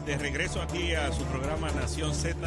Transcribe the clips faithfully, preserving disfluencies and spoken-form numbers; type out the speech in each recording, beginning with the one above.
de regreso aquí a su programa Nación Z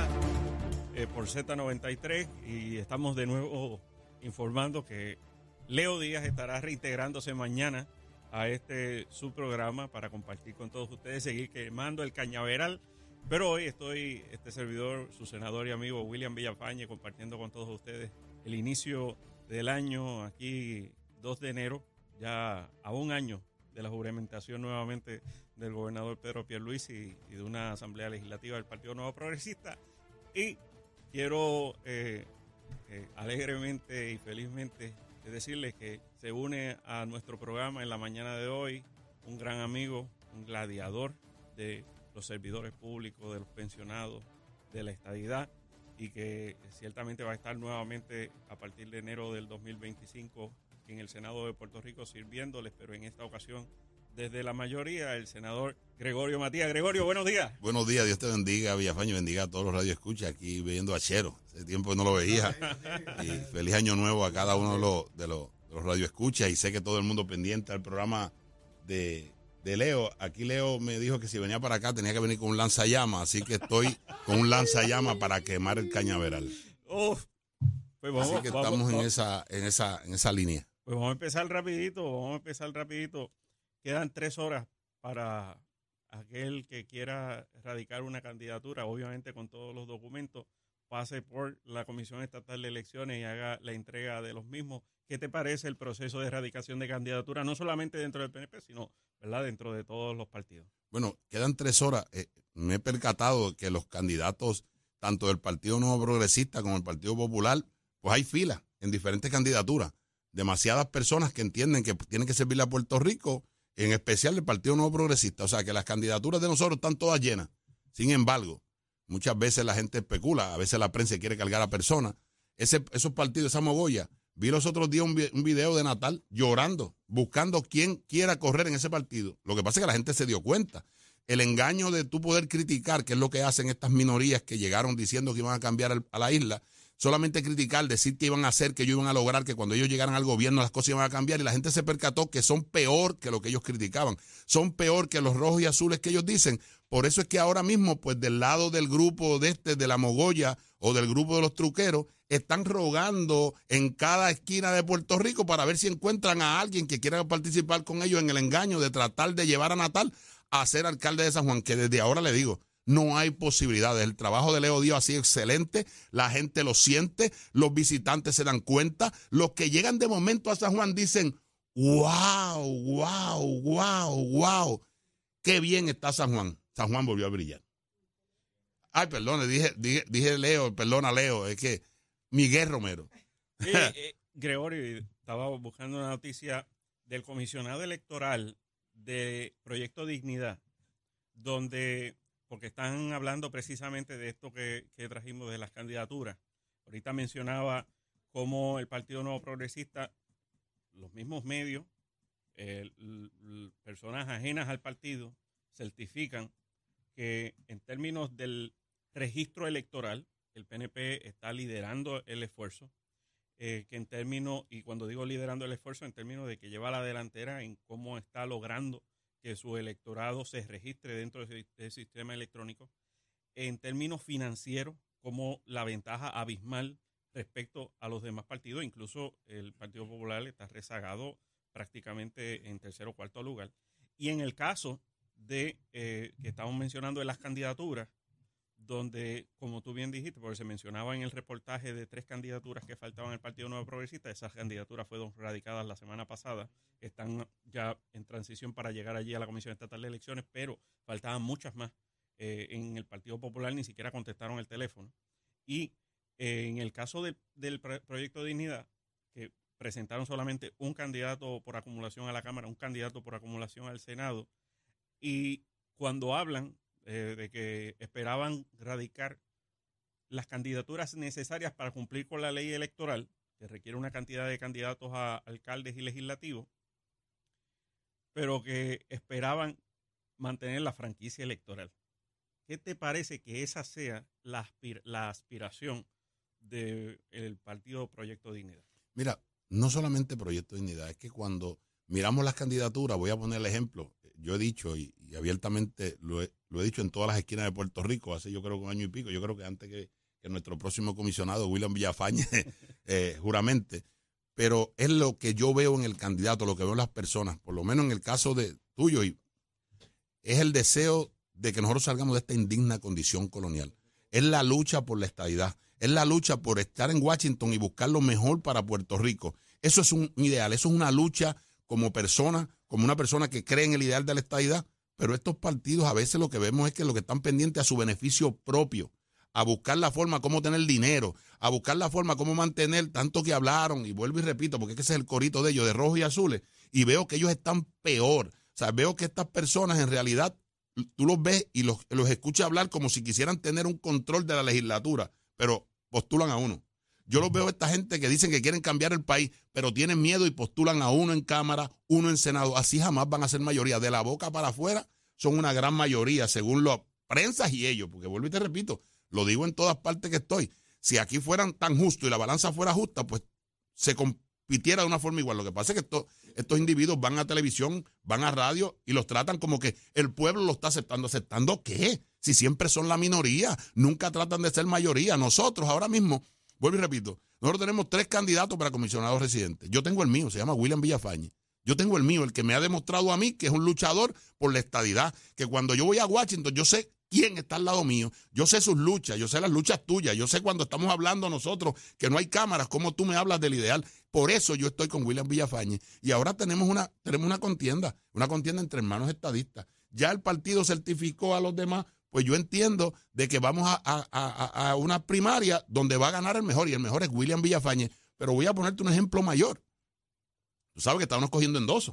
eh, por Z noventa y tres y estamos de nuevo informando que Leo Díaz estará reintegrándose mañana a este su programa para compartir con todos ustedes, seguir quemando el cañaveral. Pero hoy estoy, este servidor, su senador y amigo William Villafañe, compartiendo con todos ustedes el inicio del año, aquí dos de enero, ya a un año de la juramentación nuevamente del gobernador Pedro Pierluisi y, y de una asamblea legislativa del Partido Nuevo Progresista. Y quiero eh, eh, alegremente y felizmente decirles que se une a nuestro programa en la mañana de hoy un gran amigo, un gladiador de los servidores públicos, de los pensionados, de la estadidad, y que ciertamente va a estar nuevamente a partir de enero del dos mil veinticinco en el Senado de Puerto Rico sirviéndoles, pero en esta ocasión desde la mayoría, el senador Gregorio Matías. Gregorio, buenos días. Buenos días, Dios te bendiga, Villafañe, bendiga a todos los radioescuchas, aquí viendo a Chero, hace tiempo que no lo veía, y feliz año nuevo a cada uno de los, de los, de los radioescuchas, y sé que todo el mundo pendiente al programa de, de Leo. Aquí Leo me dijo que si venía para acá tenía que venir con un lanzallamas, así que estoy con un lanzallamas para quemar el cañaveral. Uf. Pues vamos, así que vamos, estamos vamos, en esa, en esa, en esa línea. Pues vamos a empezar rapidito, vamos a empezar rapidito. Quedan tres horas para aquel que quiera radicar una candidatura, obviamente con todos los documentos, pase por la Comisión Estatal de Elecciones y haga la entrega de los mismos. ¿Qué te parece el proceso de erradicación de candidatura, no solamente dentro del P N P, sino, ¿verdad?, dentro de todos los partidos? Bueno, quedan tres horas. Eh, me he percatado que los candidatos, tanto del Partido Nuevo Progresista como del Partido Popular, pues hay filas en diferentes candidaturas. Demasiadas personas que entienden que tienen que servirle a Puerto Rico, en especial el Partido Nuevo Progresista. O sea, que las candidaturas de nosotros están todas llenas. Sin embargo, muchas veces la gente especula, a veces la prensa quiere cargar a personas. Ese, esos partidos, esa mogolla. Vi los otros días un, un video de Natal llorando, buscando quién quiera correr en ese partido. Lo que pasa es que la gente se dio cuenta. El engaño de tú poder criticar, que es lo que hacen estas minorías que llegaron diciendo que iban a cambiar el, a la isla, solamente criticar, decir que iban a hacer, que ellos iban a lograr, que cuando ellos llegaran al gobierno las cosas iban a cambiar, y la gente se percató que son peor que lo que ellos criticaban, son peor que los rojos y azules que ellos dicen. Por eso es que ahora mismo, pues del lado del grupo de este, de la mogolla o del grupo de los truqueros, están rogando en cada esquina de Puerto Rico para ver si encuentran a alguien que quiera participar con ellos en el engaño de tratar de llevar a Natal a ser alcalde de San Juan, que desde ahora le digo, no hay posibilidades. El trabajo de Leo Díaz ha sido excelente, la gente lo siente, los visitantes se dan cuenta, los que llegan de momento a San Juan dicen, wow, wow, wow, wow, qué bien está San Juan. San Juan volvió a brillar. Ay, perdón, dije, dije, dije Leo, perdona Leo, es que Miguel Romero. Eh, eh, Gregorio, estaba buscando una noticia del comisionado electoral de Proyecto Dignidad, donde... porque están hablando precisamente de esto que, que trajimos de las candidaturas. Ahorita mencionaba cómo el Partido Nuevo Progresista, los mismos medios, eh, l, l, personas ajenas al partido, certifican que en términos del registro electoral, el P N P está liderando el esfuerzo, eh, que en términos, y cuando digo liderando el esfuerzo, en términos de que lleva la delantera en cómo está logrando que su electorado se registre dentro del sistema electrónico, en términos financieros, como la ventaja abismal respecto a los demás partidos, incluso el Partido Popular está rezagado prácticamente en tercer o cuarto lugar. Y en el caso de eh, que estamos mencionando de las candidaturas, donde, como tú bien dijiste, porque se mencionaba en el reportaje de tres candidaturas que faltaban al Partido Nuevo Progresista, esas candidaturas fueron radicadas la semana pasada, están ya en transición para llegar allí a la Comisión Estatal de Elecciones, pero faltaban muchas más. Eh, en el Partido Popular ni siquiera contestaron el teléfono. Y eh, en el caso de, del pro- Proyecto de Dignidad, que presentaron solamente un candidato por acumulación a la Cámara, un candidato por acumulación al Senado, y cuando hablan eh, de que esperaban radicar las candidaturas necesarias para cumplir con la ley electoral, que requiere una cantidad de candidatos a alcaldes y legislativos, pero que esperaban mantener la franquicia electoral. ¿Qué te parece que esa sea la, aspir la aspiración del partido Proyecto Dignidad? Mira, no solamente Proyecto Dignidad, es que cuando miramos las candidaturas, voy a poner el ejemplo, yo he dicho y, y abiertamente lo he, lo he dicho en todas las esquinas de Puerto Rico, hace yo creo que un año y pico, yo creo que antes que, que nuestro próximo comisionado, William Villafañe, eh, juramente, pero es lo que yo veo en el candidato, lo que veo en las personas, por lo menos en el caso de tuyo, y es el deseo de que nosotros salgamos de esta indigna condición colonial. Es la lucha por la estadidad, es la lucha por estar en Washington y buscar lo mejor para Puerto Rico. Eso es un ideal, eso es una lucha como persona, como una persona que cree en el ideal de la estadidad, pero estos partidos a veces lo que vemos es que lo que están pendientes a su beneficio propio, a buscar la forma cómo tener dinero, a buscar la forma cómo mantener tanto que hablaron, y vuelvo y repito, porque ese es el corito de ellos, de rojos y azules, y veo que ellos están peor. O sea, veo que estas personas en realidad, tú los ves y los, los escuchas hablar como si quisieran tener un control de la legislatura, pero postulan a uno. Yo los veo a esta gente que dicen que quieren cambiar el país, pero tienen miedo y postulan a uno en Cámara, uno en Senado. Así jamás van a ser mayoría. De la boca para afuera son una gran mayoría, según las prensas y ellos. Porque vuelvo y te repito, lo digo en todas partes que estoy. Si aquí fueran tan justos y la balanza fuera justa, pues se compitiera de una forma igual. Lo que pasa es que esto, estos individuos van a televisión, van a radio y los tratan como que el pueblo lo está aceptando. ¿Aceptando qué? Si siempre son la minoría, nunca tratan de ser mayoría. Nosotros ahora mismo... Vuelvo y repito, nosotros tenemos tres candidatos para comisionados residentes. Yo tengo el mío, se llama William Villafañe. Yo tengo el mío, el que me ha demostrado a mí que es un luchador por la estadidad, que cuando yo voy a Washington, yo sé quién está al lado mío, yo sé sus luchas, yo sé las luchas tuyas, yo sé cuando estamos hablando nosotros que no hay cámaras, cómo tú me hablas del ideal. Por eso yo estoy con William Villafañe. Y ahora tenemos una, tenemos una contienda, una contienda entre hermanos estadistas. Ya el partido certificó a los demás. Pues yo entiendo de que vamos a, a, a, a una primaria donde va a ganar el mejor, y el mejor es William Villafañe. Pero voy a ponerte un ejemplo mayor. Tú sabes que estábamos cogiendo endosos.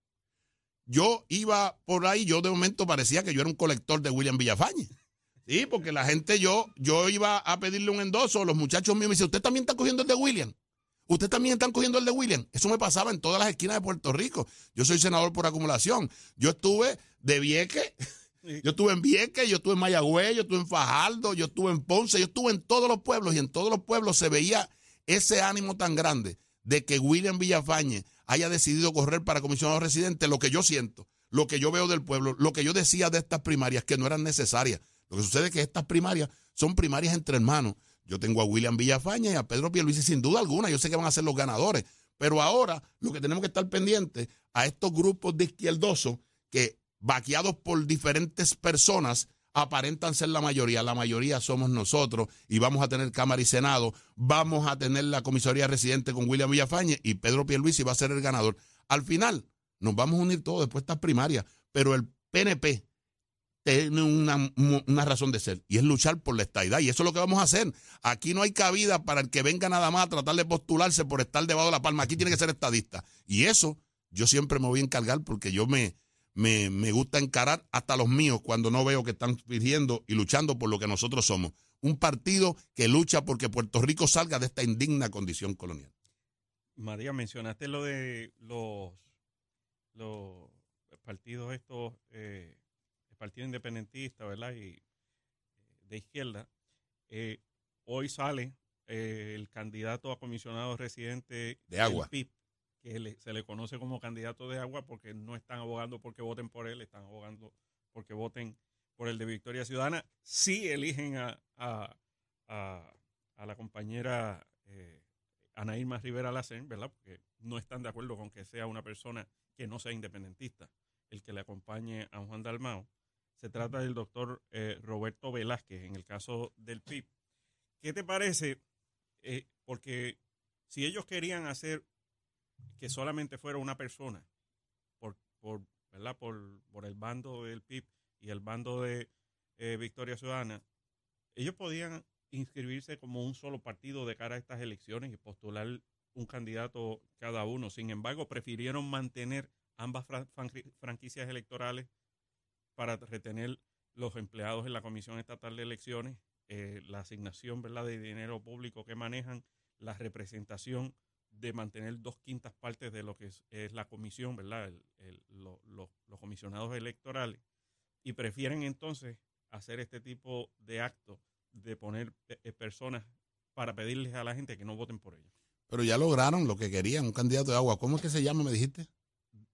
Yo iba por ahí, yo de momento parecía que yo era un colector de William Villafañe. Sí, porque la gente, yo, yo iba a pedirle un endoso, los muchachos míos me dicen, ¿usted también está cogiendo el de William? ¿Usted también está cogiendo el de William? Eso me pasaba en todas las esquinas de Puerto Rico. Yo soy senador por acumulación. Yo estuve de Vieques... Yo estuve en Vieques, yo estuve en Mayagüez, yo estuve en Fajardo, yo estuve en Ponce, yo estuve en todos los pueblos, y en todos los pueblos se veía ese ánimo tan grande de que William Villafañe haya decidido correr para comisionado residente. Lo que yo siento, lo que yo veo del pueblo, lo que yo decía de estas primarias que no eran necesarias. Lo que sucede es que estas primarias son primarias entre hermanos. Yo tengo a William Villafañe y a Pedro Pierluisi sin duda alguna, yo sé que van a ser los ganadores, pero ahora lo que tenemos que estar pendientes a estos grupos de izquierdosos que vaqueados por diferentes personas, aparentan ser la mayoría. La mayoría somos nosotros, y vamos a tener Cámara y Senado, vamos a tener la comisaría residente con William Villafañe, y Pedro Pierluisi va a ser el ganador. Al final, nos vamos a unir todos después de estas primarias, pero el P N P tiene una, una razón de ser, y es luchar por la estadidad, y eso es lo que vamos a hacer. Aquí no hay cabida para el que venga nada más a tratar de postularse por estar debajo de la palma. Aquí tiene que ser estadista, y eso yo siempre me voy a encargar, porque yo me... Me, me gusta encarar hasta los míos cuando no veo que están pidiendo y luchando por lo que nosotros somos. Un partido que lucha porque Puerto Rico salga de esta indigna condición colonial. María, mencionaste lo de los, los partidos estos, eh, el Partido Independentista, ¿verdad? Y de izquierda. Eh, hoy sale eh, el candidato a comisionado residente de agua. del P I B, que le, se le conoce como candidato de agua, porque no están abogando porque voten por él, están abogando porque voten por el de Victoria Ciudadana. Sí eligen a, a, a, a la compañera eh, Ana Irma Rivera Lacén, ¿verdad? Porque no están de acuerdo con que sea una persona que no sea independentista el que le acompañe a Juan Dalmau. Se trata del doctor eh, Roberto Velázquez, en el caso del P I B. ¿Qué te parece? Eh, porque si ellos querían hacer que solamente fuera una persona por, por, ¿verdad? Por, por el bando del P I B y el bando de eh, Victoria Ciudadana, ellos podían inscribirse como un solo partido de cara a estas elecciones y postular un candidato cada uno. Sin embargo, prefirieron mantener ambas fran franquicias electorales para retener los empleados en la Comisión Estatal de Elecciones, eh, la asignación, ¿verdad?, de dinero público que manejan, la representación de mantener dos quintas partes de lo que es, es la comisión, ¿verdad? El, el, lo, lo, los comisionados electorales, y prefieren entonces hacer este tipo de actos de poner eh, personas para pedirles a la gente que no voten por ellos. Pero ya lograron lo que querían, un candidato de agua. ¿Cómo es que se llama, me dijiste?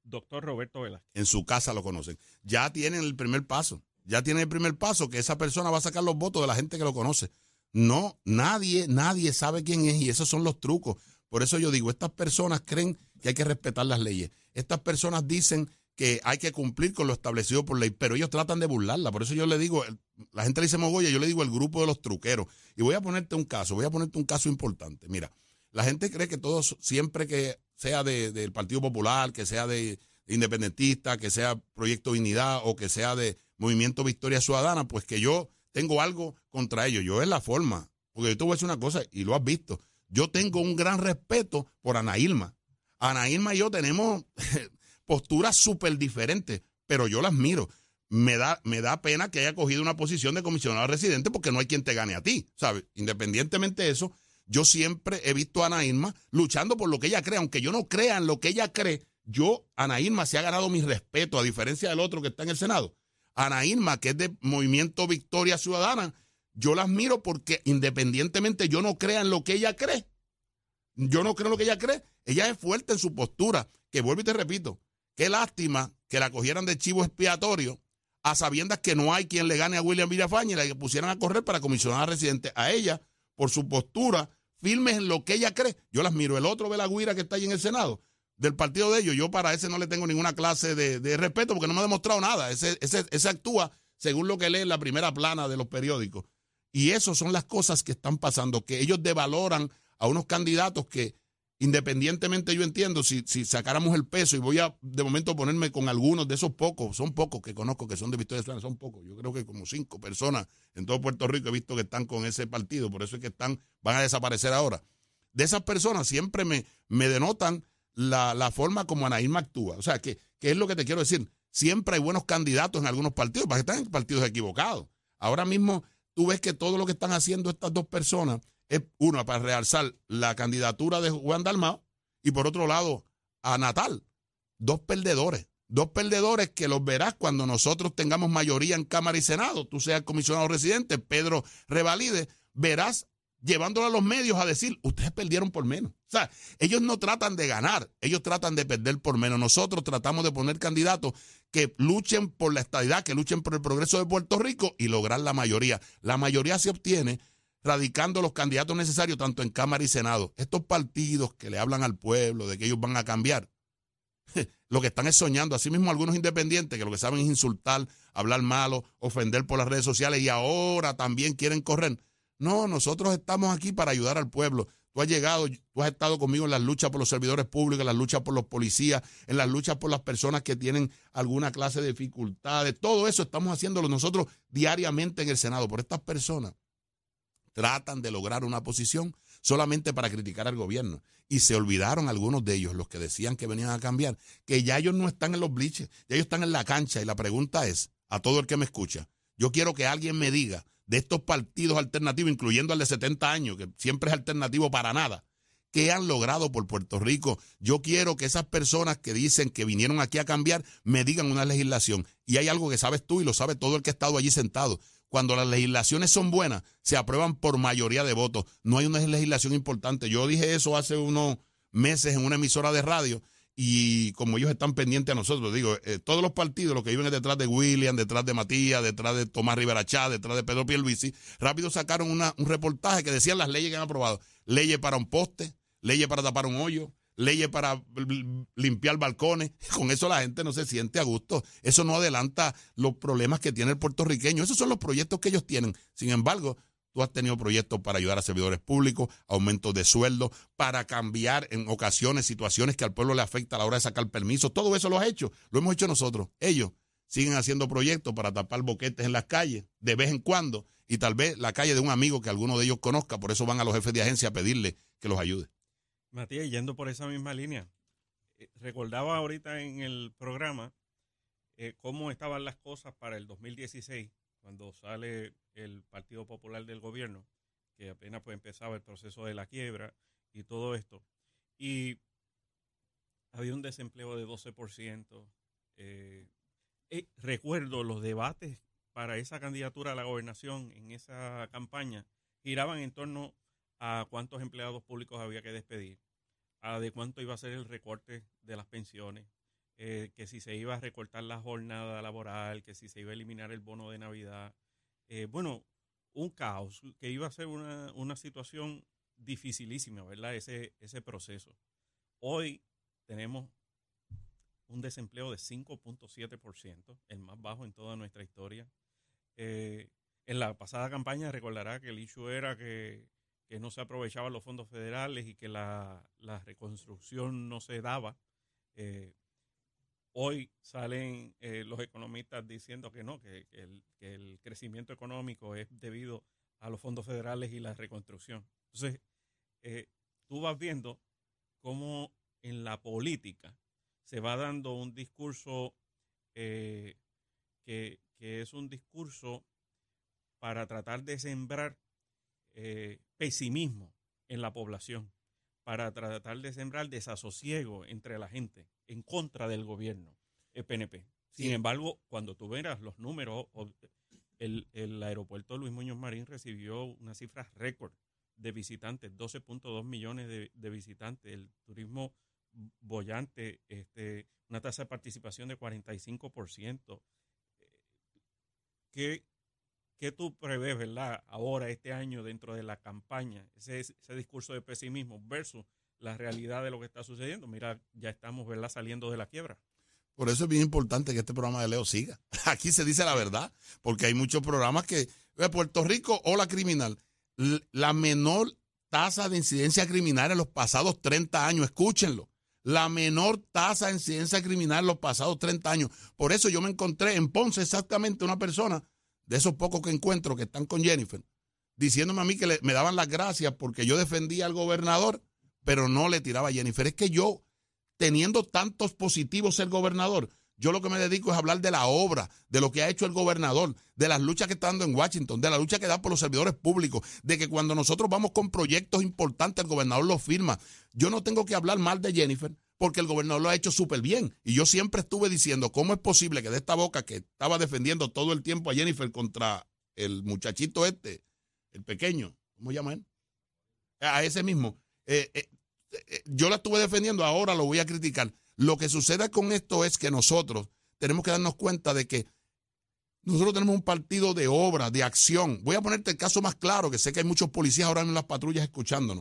Doctor Roberto Velázquez. En su casa lo conocen. Ya tienen el primer paso. Ya tienen el primer paso, que esa persona va a sacar los votos de la gente que lo conoce. No, nadie, nadie sabe quién es y esos son los trucos. Por eso yo digo, estas personas creen que hay que respetar las leyes. Estas personas dicen que hay que cumplir con lo establecido por ley, pero ellos tratan de burlarla. Por eso yo le digo, la gente le dice Mogolla, yo le digo el grupo de los truqueros. Y voy a ponerte un caso, voy a ponerte un caso importante. Mira, la gente cree que todos, siempre que sea de, del Partido Popular, que sea de independentista, que sea Proyecto Dignidad o que sea de Movimiento Victoria Ciudadana, pues que yo tengo algo contra ellos. Yo es la forma, porque yo te voy a decir una cosa y lo has visto. Yo tengo un gran respeto por Ana Irma. Ana Irma y yo tenemos posturas súper diferentes, pero yo las miro. Me da, me da pena que haya cogido una posición de comisionado residente porque no hay quien te gane a ti, ¿sabes? Independientemente de eso, yo siempre he visto a Ana Irma luchando por lo que ella cree, aunque yo no crea en lo que ella cree. Yo, Ana Irma, se ha ganado mi respeto, a diferencia del otro que está en el Senado. Ana Irma, que es de Movimiento Victoria Ciudadana, yo la admiro porque independientemente yo no crea en lo que ella cree, yo no creo en lo que ella cree, ella es fuerte en su postura, que vuelvo y te repito, qué lástima que la cogieran de chivo expiatorio a sabiendas que no hay quien le gane a William Villafañe y la que pusieran a correr para comisionada residente. A ella, por su postura, firme en lo que ella cree, yo la admiro. El otro Belagüira que está ahí en el Senado, del partido de ellos, yo para ese no le tengo ninguna clase de, de respeto porque no me ha demostrado nada. Ese, ese, ese actúa según lo que lee en la primera plana de los periódicos. Y eso son las cosas que están pasando, que ellos devaloran a unos candidatos que, independientemente, yo entiendo, si, si sacáramos el peso, y voy a de momento ponerme con algunos de esos pocos, son pocos que conozco que son de Victoria Ciudadana, son pocos, yo creo que como cinco personas en todo Puerto Rico he visto que están con ese partido, por eso es que están, van a desaparecer ahora. De esas personas siempre me, me denotan la, la forma como Ana Irma actúa. O sea, que, que es lo que te quiero decir, siempre hay buenos candidatos en algunos partidos, para que están en partidos equivocados. Ahora mismo tú ves que todo lo que están haciendo estas dos personas es, uno, para realzar la candidatura de Juan Dalmau y por otro lado a Natal. Dos perdedores, dos perdedores que los verás cuando nosotros tengamos mayoría en Cámara y Senado, tú seas comisionado residente, Pedro Revalide, verás llevándolo a los medios a decir, ustedes perdieron por menos. O sea, ellos no tratan de ganar, ellos tratan de perder por menos. Nosotros tratamos de poner candidatos que luchen por la estadidad, que luchen por el progreso de Puerto Rico y lograr la mayoría. La mayoría se obtiene radicando los candidatos necesarios tanto en Cámara y Senado. Estos partidos que le hablan al pueblo de que ellos van a cambiar, lo que están es soñando. Así mismo algunos independientes que lo que saben es insultar, hablar malo, ofender por las redes sociales y ahora también quieren correr. No, nosotros estamos aquí para ayudar al pueblo. Tú has llegado, tú has estado conmigo en las luchas por los servidores públicos, en las luchas por los policías, en las luchas por las personas que tienen alguna clase de dificultades. Todo eso estamos haciéndolo nosotros diariamente en el Senado. Por estas personas tratan de lograr una posición solamente para criticar al gobierno. Y se olvidaron algunos de ellos, los que decían que venían a cambiar, que ya ellos no están en los bleachers, ya ellos están en la cancha. Y la pregunta es, a todo el que me escucha, yo quiero que alguien me diga de estos partidos alternativos, incluyendo al de setenta años, que siempre es alternativo para nada, ¿qué han logrado por Puerto Rico? Yo quiero que esas personas que dicen que vinieron aquí a cambiar me digan una legislación. Y hay algo que sabes tú y lo sabe todo el que ha estado allí sentado. Cuando las legislaciones son buenas, se aprueban por mayoría de votos. No hay una legislación importante. Yo dije eso hace unos meses en una emisora de radio y como ellos están pendientes a nosotros, digo, eh, todos los partidos, los que viven detrás de William, detrás de Matías, detrás de Tomás Rivera Chá, detrás de Pedro Pierluisi, rápido sacaron una, un reportaje que decían las leyes que han aprobado. Leyes para un poste, leyes para tapar un hoyo, leyes para limpiar balcones. Con eso la gente no se siente a gusto. Eso no adelanta los problemas que tiene el puertorriqueño. Esos son los proyectos que ellos tienen. Sin embargo, tú has tenido proyectos para ayudar a servidores públicos, aumentos de sueldo, para cambiar en ocasiones situaciones que al pueblo le afecta a la hora de sacar permisos. Todo eso lo has hecho. Lo hemos hecho nosotros. Ellos siguen haciendo proyectos para tapar boquetes en las calles de vez en cuando y tal vez la calle de un amigo que alguno de ellos conozca. Por eso van a los jefes de agencia a pedirle que los ayude. Matías, yendo por esa misma línea, eh, recordaba ahorita en el programa eh, cómo estaban las cosas para el dos mil dieciséis, cuando sale el Partido Popular del gobierno, que apenas pues empezaba el proceso de la quiebra y todo esto. Y había un desempleo de doce por ciento. Eh, eh, recuerdo los debates para esa candidatura a la gobernación en esa campaña giraban en torno a cuántos empleados públicos había que despedir, a de cuánto iba a ser el recorte de las pensiones, eh, que si se iba a recortar la jornada laboral, que si se iba a eliminar el bono de Navidad. Eh, bueno, un caos, que iba a ser una, una situación dificilísima, ¿verdad? Ese, ese proceso. Hoy tenemos un desempleo de cinco punto siete por ciento, el más bajo en toda nuestra historia. Eh, en la pasada campaña recordará que el issue era que, que no se aprovechaban los fondos federales y que la, la reconstrucción no se daba. Eh, hoy salen eh, los economistas diciendo que no, que, que, el, que el crecimiento económico es debido a los fondos federales y la reconstrucción. Entonces, eh, tú vas viendo cómo en la política se va dando un discurso eh, que, que es un discurso para tratar de sembrar eh, pesimismo en la población, para tratar de sembrar desasosiego entre la gente en contra del gobierno, el P N P. Sin sí. embargo, cuando tú verás los números, el, el aeropuerto Luis Muñoz Marín recibió unas cifras récord de visitantes, doce punto dos millones de, de visitantes, el turismo bollante, este, una tasa de participación de cuarenta y cinco por ciento. ¿Qué, qué tú prevés, verdad, ahora, este año, dentro de la campaña, ese, ese discurso de pesimismo versus la realidad de lo que está sucediendo? Mira, ya estamos, ¿verdad?, saliendo de la quiebra. Por eso es bien importante que este programa de Leo siga. Aquí se dice la verdad, porque hay muchos programas que, Puerto Rico, ola criminal, la menor tasa de incidencia criminal en los pasados treinta años, escúchenlo. La menor tasa de incidencia criminal en los pasados treinta años. Por eso yo me encontré en Ponce exactamente una persona, de esos pocos que encuentro que están con Jennifer, diciéndome a mí que le, me daban las gracias porque yo defendía al gobernador, pero no le tiraba a Jennifer. Es que yo, teniendo tantos positivos ser gobernador, yo lo que me dedico es hablar de la obra, de lo que ha hecho el gobernador, de las luchas que está dando en Washington, de la lucha que da por los servidores públicos, de que cuando nosotros vamos con proyectos importantes, el gobernador los firma. Yo no tengo que hablar mal de Jennifer, porque el gobernador lo ha hecho súper bien. Y yo siempre estuve diciendo, ¿cómo es posible que de esta boca que estaba defendiendo todo el tiempo a Jennifer contra el muchachito este, el pequeño, ¿cómo llama él? A ese mismo. Eh, eh, eh, yo la estuve defendiendo, ahora lo voy a criticar. Lo que sucede con esto es que nosotros tenemos que darnos cuenta de que nosotros tenemos un partido de obra, de acción. Voy a ponerte el caso más claro, que sé que hay muchos policías ahora en las patrullas escuchándonos.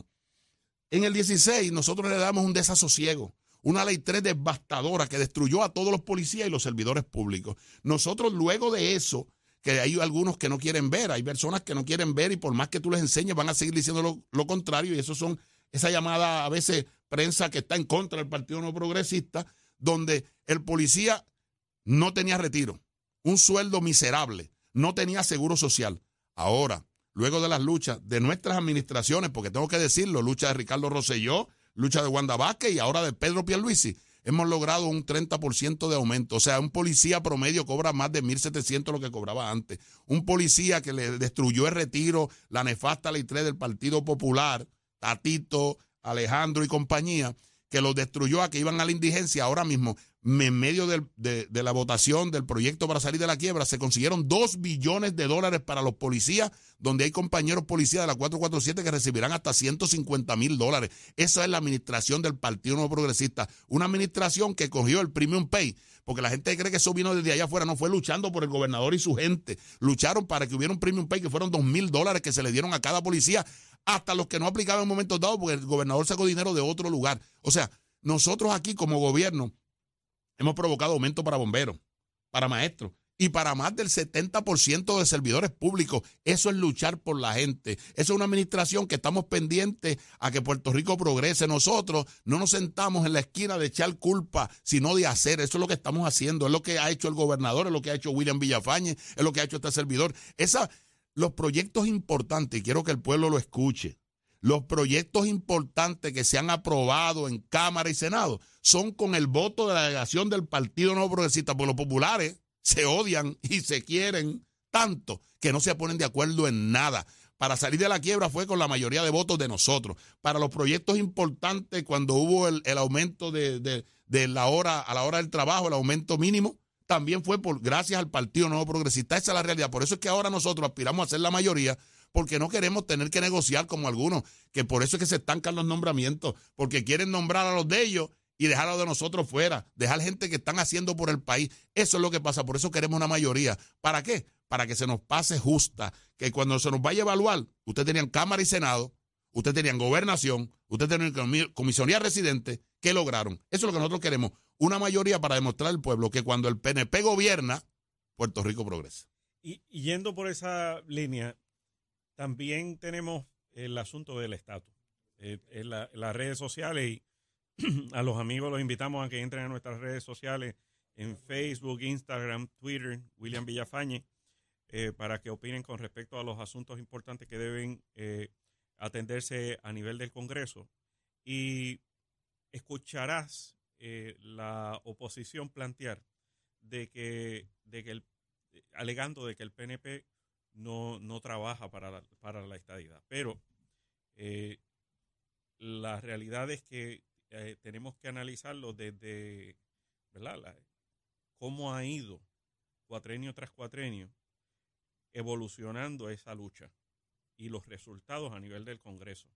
En el dieciséis nosotros le damos un desasosiego, una ley tres devastadora que destruyó a todos los policías y los servidores públicos. Nosotros luego de eso, que hay algunos que no quieren ver, hay personas que no quieren ver y por más que tú les enseñes van a seguir diciendo lo, lo contrario, y eso son esa llamada a veces prensa que está en contra del Partido No Progresista, donde el policía no tenía retiro, un sueldo miserable, no tenía seguro social. Ahora, luego de las luchas de nuestras administraciones, porque tengo que decirlo, lucha de Ricardo Rosselló, lucha de Wanda Vázquez y ahora de Pedro Pierluisi, hemos logrado un treinta por ciento de aumento. O sea, un policía promedio cobra más de mil setecientos lo que cobraba antes. Un policía que le destruyó el retiro, la nefasta ley tres del Partido Popular, Tatito, Alejandro y compañía, que los destruyó a que iban a la indigencia. Ahora mismo, en medio de, de, de la votación del proyecto para salir de la quiebra, se consiguieron dos billones de dólares para los policías, donde hay compañeros policías de la cuatro cuatro siete que recibirán hasta ciento cincuenta mil dólares. Esa es la administración del Partido Nuevo Progresista. Una administración que cogió el Premium Pay, porque la gente cree que eso vino desde allá afuera, no fue luchando por el gobernador y su gente. Lucharon para que hubiera un Premium Pay que fueron dos mil dólares que se le dieron a cada policía, hasta los que no aplicaban en momentos dados, porque el gobernador sacó dinero de otro lugar. O sea, nosotros aquí como gobierno hemos provocado aumento para bomberos, para maestros y para más del setenta por ciento de servidores públicos. Eso es luchar por la gente. Eso es una administración que estamos pendientes a que Puerto Rico progrese. Nosotros no nos sentamos en la esquina de echar culpa, sino de hacer. Eso es lo que estamos haciendo. Es lo que ha hecho el gobernador, es lo que ha hecho William Villafañe, es lo que ha hecho este servidor. Esa... Los proyectos importantes, y quiero que el pueblo lo escuche, los proyectos importantes que se han aprobado en Cámara y Senado son con el voto de la delegación del Partido Nuevo Progresista, porque los populares se odian y se quieren tanto que no se ponen de acuerdo en nada. Para salir de la quiebra fue con la mayoría de votos de nosotros. Para los proyectos importantes, cuando hubo el, el aumento de, de, de la hora a la hora del trabajo, el aumento mínimo, también fue por gracias al Partido Nuevo Progresista. Esa es la realidad. Por eso es que ahora nosotros aspiramos a ser la mayoría, porque no queremos tener que negociar como algunos, que por eso es que se estancan los nombramientos, porque quieren nombrar a los de ellos y dejarlo de nosotros fuera, dejar gente que están haciendo por el país. Eso es lo que pasa, por eso queremos una mayoría. ¿Para qué? Para que se nos pase justa, que cuando se nos vaya a evaluar, ustedes tenían Cámara y Senado, ustedes tenían Gobernación, ustedes tenían Comisionía Residente, ¿qué lograron? Eso es lo que nosotros queremos, una mayoría para demostrar al pueblo que cuando el P N P gobierna, Puerto Rico progresa. Y, y yendo por esa línea, también tenemos el asunto del estatus. Eh, en, la, en las redes sociales, y a los amigos los invitamos a que entren a nuestras redes sociales en Facebook, Instagram, Twitter, William Villafañe, eh, para que opinen con respecto a los asuntos importantes que deben eh, atenderse a nivel del Congreso. Y escucharás eh, la oposición plantear de que, de que el, alegando de que el P N P no, no trabaja para la, para la estadidad. Pero eh, la realidad es que eh, tenemos que analizarlo desde, ¿verdad?, la, cómo ha ido cuatrenio tras cuatrenio evolucionando esa lucha y los resultados a nivel del Congreso.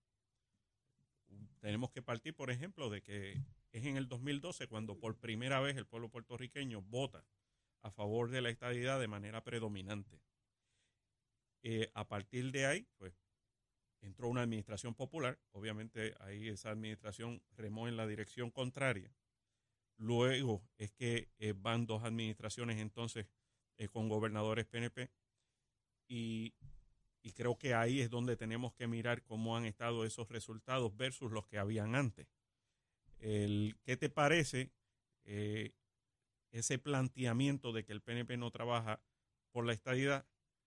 Tenemos que partir, por ejemplo, de que es en el dos mil doce cuando por primera vez el pueblo puertorriqueño vota a favor de la estadidad de manera predominante. Eh, a partir de ahí, pues, entró una administración popular. Obviamente ahí esa administración remó en la dirección contraria. Luego es que eh, van dos administraciones entonces eh, con gobernadores P N P y, y creo que ahí es donde tenemos que mirar cómo han estado esos resultados versus los que habían antes. El, ¿Qué te parece eh, ese planteamiento de que el P N P no trabaja por la estadidad?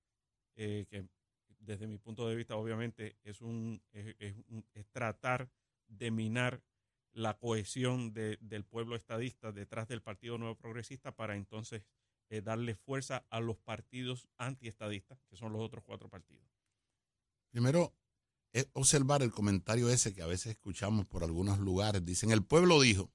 Eh, que desde mi punto de vista obviamente es, un, es, es, un, es tratar de minar la cohesión de, del pueblo estadista detrás del Partido Nuevo Progresista para entonces eh, darle fuerza a los partidos antiestadistas, que son los otros cuatro partidos. Primero, es observar el comentario ese que a veces escuchamos por algunos lugares. Dicen, el pueblo dijo,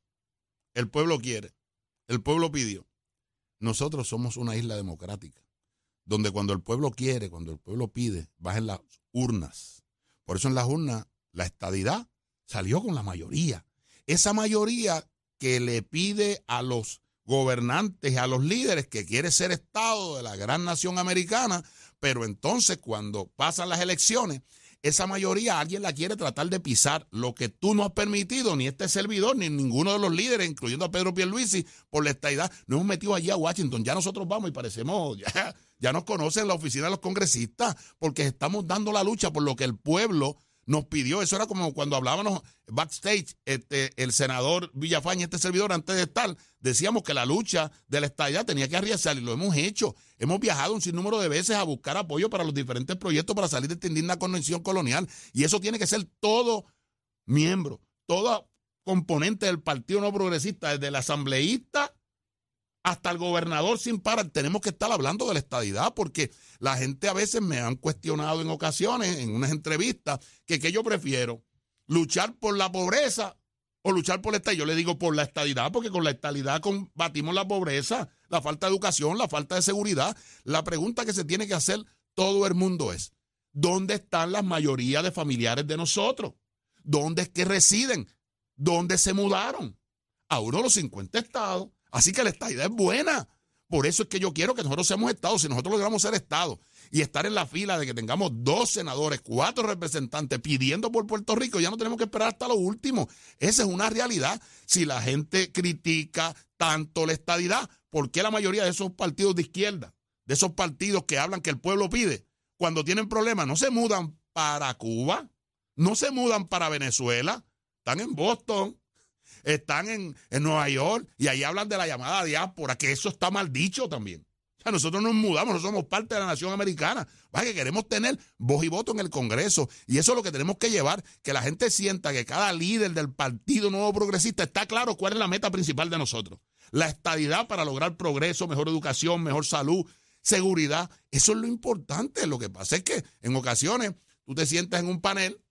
el pueblo quiere, el pueblo pidió. Nosotros somos una isla democrática, donde cuando el pueblo quiere, cuando el pueblo pide, va en las urnas. Por eso en las urnas la estadidad salió con la mayoría. Esa mayoría que le pide a los gobernantes, a los líderes, que quiere ser Estado de la gran nación americana, pero entonces cuando pasan las elecciones, esa mayoría alguien la quiere tratar de pisar, lo que tú no has permitido, ni este servidor, ni ninguno de los líderes, incluyendo a Pedro Pierluisi, por la estadidad. Nos hemos metido allí a Washington, ya nosotros vamos y parecemos, ya, ya nos conocen la oficina de los congresistas, porque estamos dando la lucha por lo que el pueblo nos pidió. Eso era como cuando hablábamos backstage, este, el senador Villafañe, este servidor, antes de estar, decíamos que la lucha de la estadidad tenía que arriesgar y lo hemos hecho. Hemos viajado un sinnúmero de veces a buscar apoyo para los diferentes proyectos para salir de esta indigna convención colonial. Y eso tiene que ser todo miembro, todo componente del Partido No Progresista, desde el asambleísta hasta el gobernador sin parar. Tenemos que estar hablando de la estadidad, porque la gente a veces me han cuestionado en ocasiones, en unas entrevistas, que qué yo prefiero, luchar por la pobreza o luchar por la estadidad. Yo le digo por la estadidad, porque con la estadidad combatimos la pobreza, la falta de educación, la falta de seguridad. La pregunta que se tiene que hacer todo el mundo es, ¿dónde están las mayorías de familiares de nosotros? ¿Dónde es que residen? ¿Dónde se mudaron? A uno de los cincuenta estados. Así que la estadidad es buena. Por eso es que yo quiero que nosotros seamos Estado. Si nosotros logramos ser Estado y estar en la fila de que tengamos dos senadores, cuatro representantes pidiendo por Puerto Rico, ya no tenemos que esperar hasta lo último. Esa es una realidad. Si la gente critica tanto la estadidad, ¿por qué la mayoría de esos partidos de izquierda, de esos partidos que hablan que el pueblo pide, cuando tienen problemas, no se mudan para Cuba, no se mudan para Venezuela, están en Boston, están en, en Nueva York, y ahí hablan de la llamada diáspora, que eso está mal dicho también? O sea, nosotros nos mudamos, nosotros somos parte de la nación americana. ¿Vale? Que queremos tener voz y voto en el Congreso, y eso es lo que tenemos que llevar, que la gente sienta que cada líder del Partido Nuevo Progresista está claro cuál es la meta principal de nosotros. La estadidad para lograr progreso, mejor educación, mejor salud, seguridad. Eso es lo importante. Lo que pasa es que en ocasiones tú te sientas en un panel,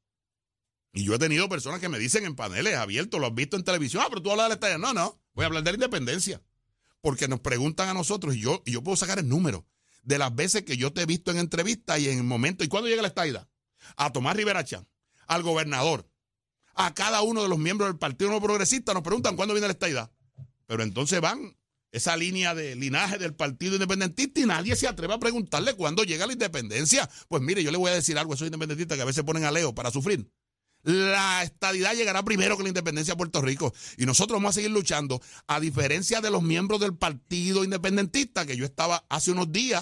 y yo he tenido personas que me dicen en paneles abiertos, lo has visto en televisión, ah, pero tú hablas de la estadidad. No, no, voy a hablar de la independencia. Porque nos preguntan a nosotros, y yo, y yo puedo sacar el número de las veces que yo te he visto en entrevistas y en el momento. ¿Y cuándo llega la estadidad? A Tomás Rivera Chan, al gobernador, A cada uno de los miembros del Partido Nuevo Progresista nos preguntan cuándo viene la estadidad. Pero entonces van esa línea de linaje del Partido Independentista y nadie se atreve a preguntarle cuándo llega la independencia. Pues mire, yo le voy a decir algo a esos independentistas que a veces ponen a Leo para sufrir. La estadidad llegará primero que la independencia de Puerto Rico. Y nosotros vamos a seguir luchando, a diferencia de los miembros del Partido Independentista, que yo estaba hace unos días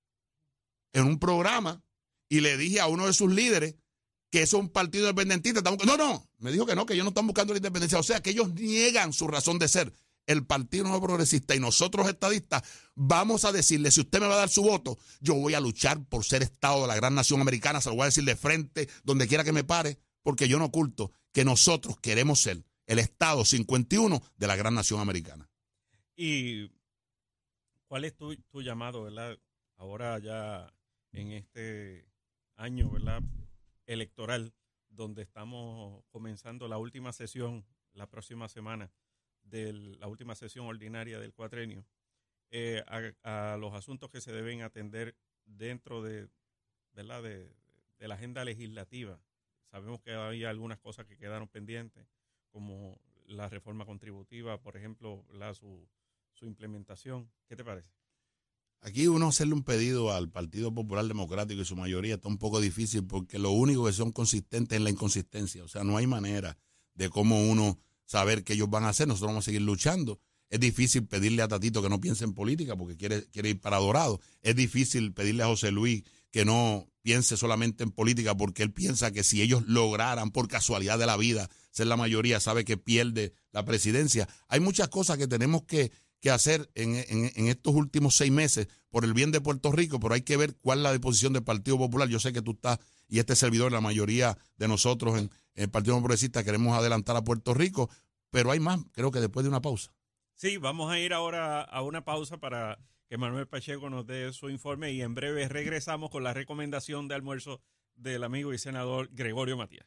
en un programa y le dije a uno de sus líderes que es un partido independentista. No, no, me dijo que no, que ellos no están buscando la independencia. O sea, que ellos niegan su razón de ser. El Partido Nuevo Progresista y nosotros estadistas vamos a decirle, si usted me va a dar su voto, yo voy a luchar por ser Estado de la gran nación americana, se lo voy a decir de frente, donde quiera que me pare, porque yo no oculto que nosotros queremos ser el Estado cincuenta y uno de la gran nación americana. ¿Y cuál es tu, tu llamado, verdad? Ahora ya en este año, ¿verdad?, electoral, donde estamos comenzando la última sesión la próxima semana, de la última sesión ordinaria del cuatrenio, eh, a, a los asuntos que se deben atender dentro de, ¿verdad?, de, de la agenda legislativa. Sabemos que hay algunas cosas que quedaron pendientes, como la reforma contributiva, por ejemplo, la, su, su implementación. ¿Qué te parece? Aquí uno hacerle un pedido al Partido Popular Democrático y su mayoría está un poco difícil porque lo único que son consistentes es la inconsistencia. O sea, no hay manera de cómo uno saber qué ellos van a hacer. Nosotros vamos a seguir luchando. Es difícil pedirle a Tatito que no piense en política porque quiere, quiere ir para Dorado. Es difícil pedirle a José Luis que no piense solamente en política porque él piensa que si ellos lograran por casualidad de la vida ser la mayoría, sabe que pierde la presidencia. Hay muchas cosas que tenemos que, que hacer en, en, en estos últimos seis meses por el bien de Puerto Rico, pero hay que ver cuál es la disposición del Partido Popular. Yo sé que tú estás, y este servidor, la mayoría de nosotros en, en el Partido Progresista queremos adelantar a Puerto Rico, pero hay más, creo que después de una pausa. Sí, vamos a ir ahora a una pausa para que Manuel Pacheco nos dé su informe y en breve regresamos con la recomendación de almuerzo del amigo y senador Gregorio Matías.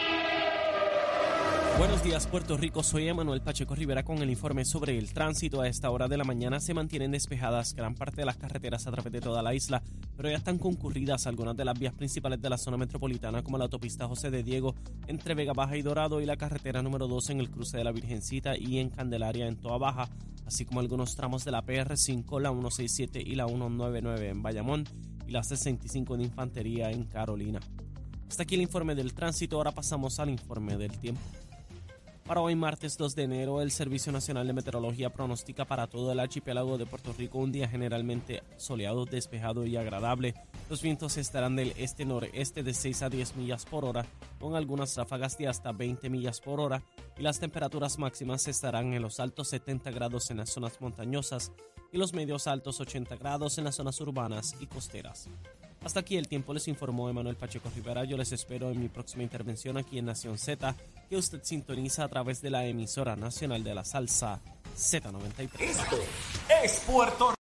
Buenos días, Puerto Rico. Soy Emanuel Pacheco Rivera con el informe sobre el tránsito. A esta hora de la mañana se mantienen despejadas gran parte de las carreteras a través de toda la isla, pero ya están concurridas algunas de las vías principales de la zona metropolitana, como la autopista José de Diego entre Vega Baja y Dorado y la carretera número dos en el cruce de la Virgencita y en Candelaria en Toa Baja, así como algunos tramos de la P R cinco, la ciento sesenta y siete y la ciento noventa y nueve en Bayamón y la sesenta y cinco de Infantería en Carolina. Hasta aquí el informe del tránsito. Ahora pasamos al informe del tiempo. Para hoy, martes dos de enero, el Servicio Nacional de Meteorología pronostica para todo el archipiélago de Puerto Rico un día generalmente soleado, despejado y agradable. Los vientos estarán del este-noreste de seis a diez millas por hora, con algunas ráfagas de hasta veinte millas por hora, y las temperaturas máximas estarán en los altos setenta grados en las zonas montañosas y los medios altos ochenta grados en las zonas urbanas y costeras. Hasta aquí el tiempo, les informó Emanuel Pacheco Rivera. Yo les espero en mi próxima intervención aquí en Nación Z, que usted sintoniza a través de la emisora nacional de la salsa Z noventa y tres. Esto es Puerto Rico.